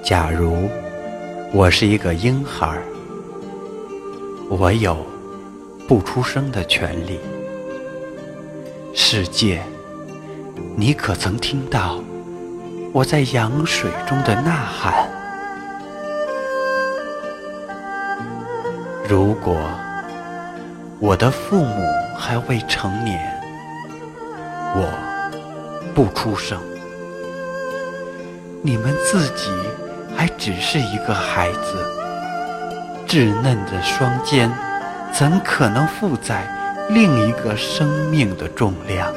假如我是一个婴孩，我有不出生的权利。世界，你可曾听到我在羊水中的呐喊？如果我的父母还未成年，我不出生，你们自己还只是一个孩子，稚嫩的双肩怎可能负载另一个生命的重量？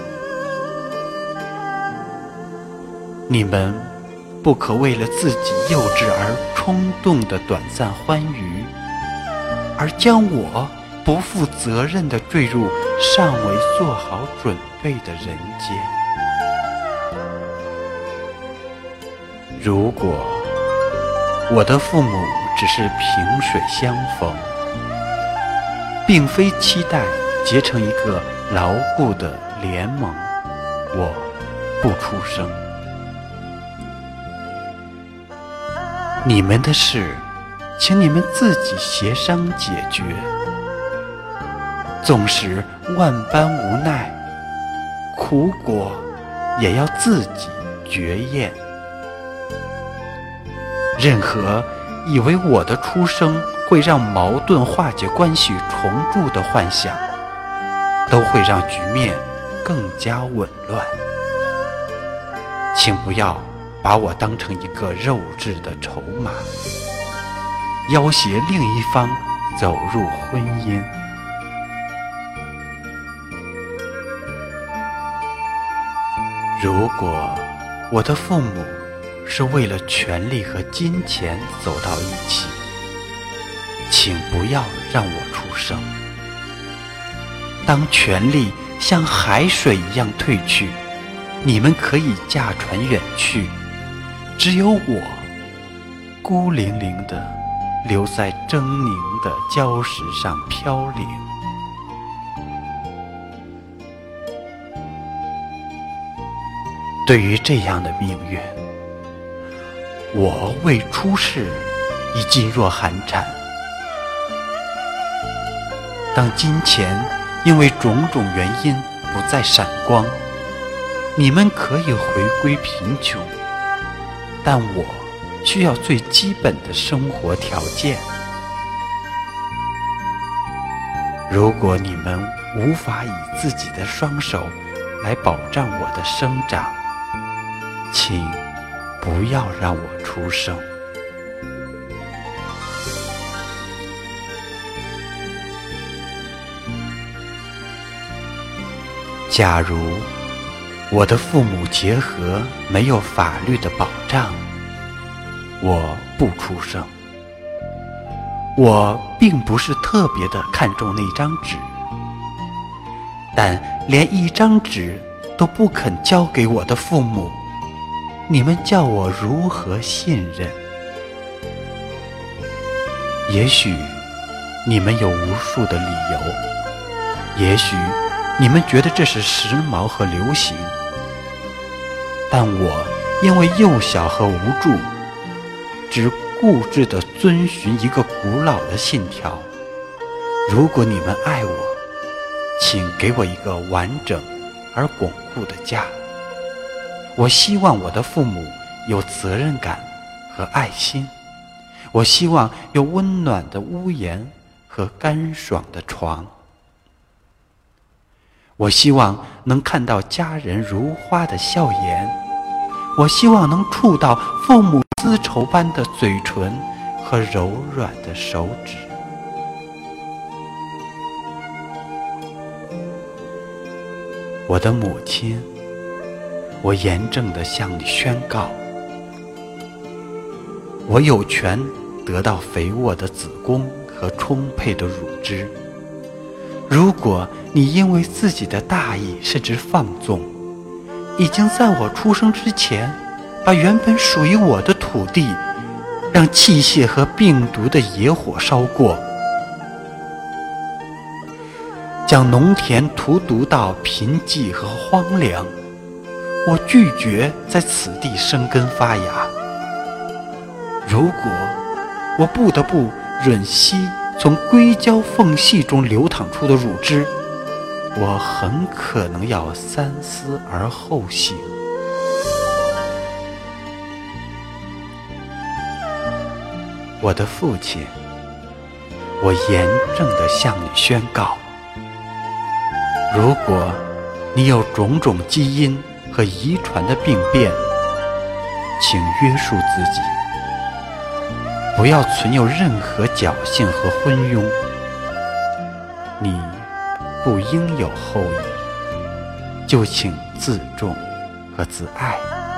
你们不可为了自己幼稚而冲动的短暂欢愉，而将我不负责任地坠入尚未做好准备的人间。如果我的父母只是萍水相逢，并非期待结成一个牢固的联盟，我不出生。你们的事，请你们自己协商解决。纵使万般无奈，苦果也要自己绝咽。任何以为我的出生会让矛盾化解关系重铸的幻想，都会让局面更加紊乱。请不要把我当成一个肉质的筹码，要挟另一方走入婚姻。如果我的父母是为了权力和金钱走到一起，请不要让我出生。当权力像海水一样退去，你们可以驾船远去，只有我孤零零地留在狰狞的礁石上飘零。对于这样的命运，我未出世已噤若寒蝉。当金钱因为种种原因不再闪光，你们可以回归贫穷，但我需要最基本的生活条件。如果你们无法以自己的双手来保障我的生长，请不要让我出生。假如我的父母结合没有法律的保障，我不出生。我并不是特别的看重那张纸，但连一张纸都不肯交给我的父母，你们叫我如何信任？也许你们有无数的理由，也许你们觉得这是时髦和流行，但我因为幼小和无助，只固执地遵循一个古老的信条：如果你们爱我，请给我一个完整而巩固的家。我希望我的父母有责任感和爱心，我希望有温暖的屋檐和干爽的床，我希望能看到家人如花的笑颜，我希望能触到父母丝绸般的嘴唇和柔软的手指。我的母亲，我严正地向你宣告，我有权得到肥沃的子宫和充沛的乳汁。如果你因为自己的大意甚至放纵，已经在我出生之前把原本属于我的土地让器械和病毒的野火烧过，将农田荼毒到贫瘠和荒凉，我拒绝在此地生根发芽。 如果我不得不吮吸从硅胶缝隙中流淌出的乳汁，我很可能要三思而后行。我的父亲，我严正地向你宣告，如果你有种种基因和遗传的病变，请约束自己，不要存有任何侥幸和昏庸。你不应有后裔，就请自重和自爱。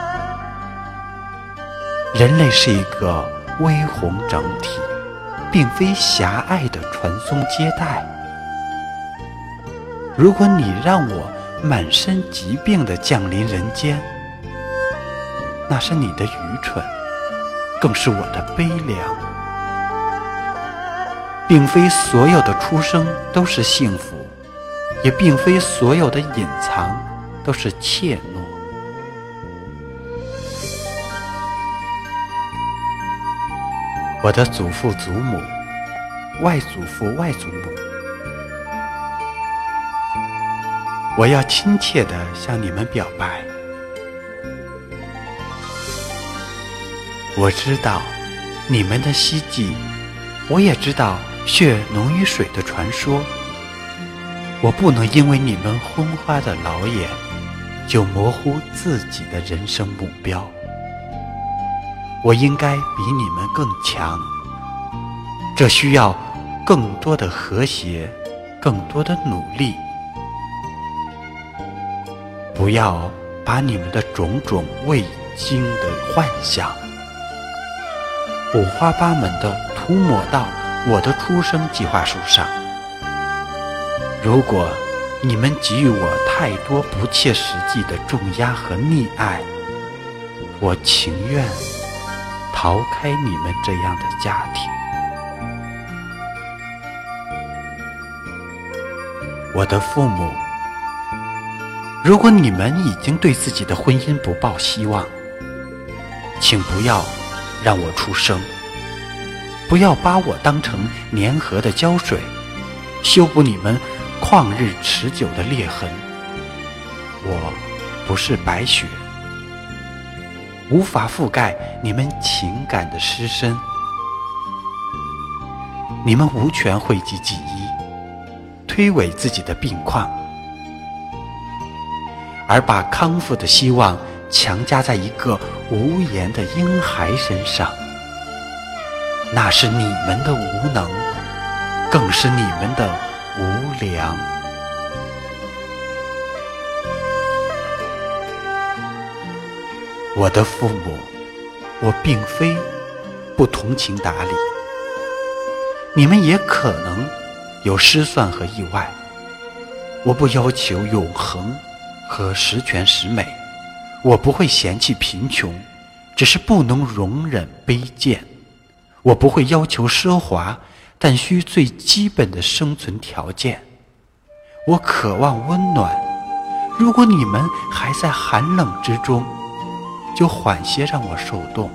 人类是一个微宏整体，并非狭隘的传宗接代。如果你让我满身疾病地降临人间，那是你的愚蠢，更是我的悲凉。并非所有的出生都是幸福，也并非所有的隐藏都是怯懦。我的祖父祖母、外祖父外祖母，我要亲切地向你们表白。我知道你们的希冀，我也知道血浓于水的传说。我不能因为你们昏花的老眼，就模糊自己的人生目标。我应该比你们更强，这需要更多的和谐，更多的努力。不要把你们的种种未经的幻想五花八门地涂抹到我的出生计划书上。如果你们给予我太多不切实际的重压和溺爱，我情愿逃开你们这样的家庭。我的父母，如果你们已经对自己的婚姻不抱希望，请不要让我出生，不要把我当成粘合的胶水，修补你们旷日持久的裂痕。我不是白雪，无法覆盖你们情感的失身。你们无权讳疾忌医，推诿自己的病况，而把康复的希望强加在一个无言的婴孩身上。那是你们的无能，更是你们的无良。我的父母，我并非不同情达理，你们也可能有失算和意外。我不要求永恒和十全十美，我不会嫌弃贫穷，只是不能容忍卑贱。我不会要求奢华，但需最基本的生存条件。我渴望温暖，如果你们还在寒冷之中，就缓些让我受冻。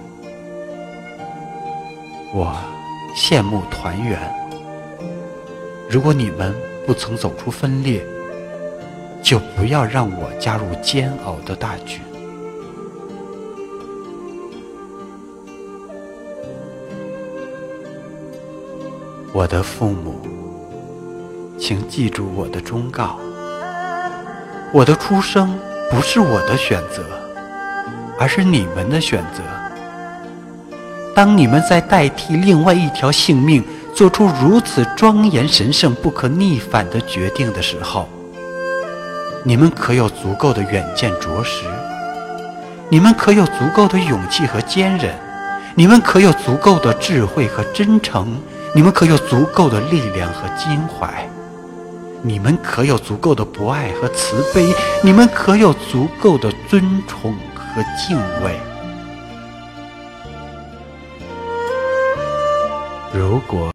我羡慕团圆，如果你们不曾走出分裂，就不要让我加入煎熬的大军。我的父母，请记住我的忠告。我的出生不是我的选择，而是你们的选择。当你们在代替另外一条性命做出如此庄严神圣不可逆反的决定的时候，你们可有足够的远见卓识，你们可有足够的勇气和坚韧，你们可有足够的智慧和真诚，你们可有足够的力量和襟怀，你们可有足够的博爱和慈悲，你们可有足够的尊崇和敬畏。如果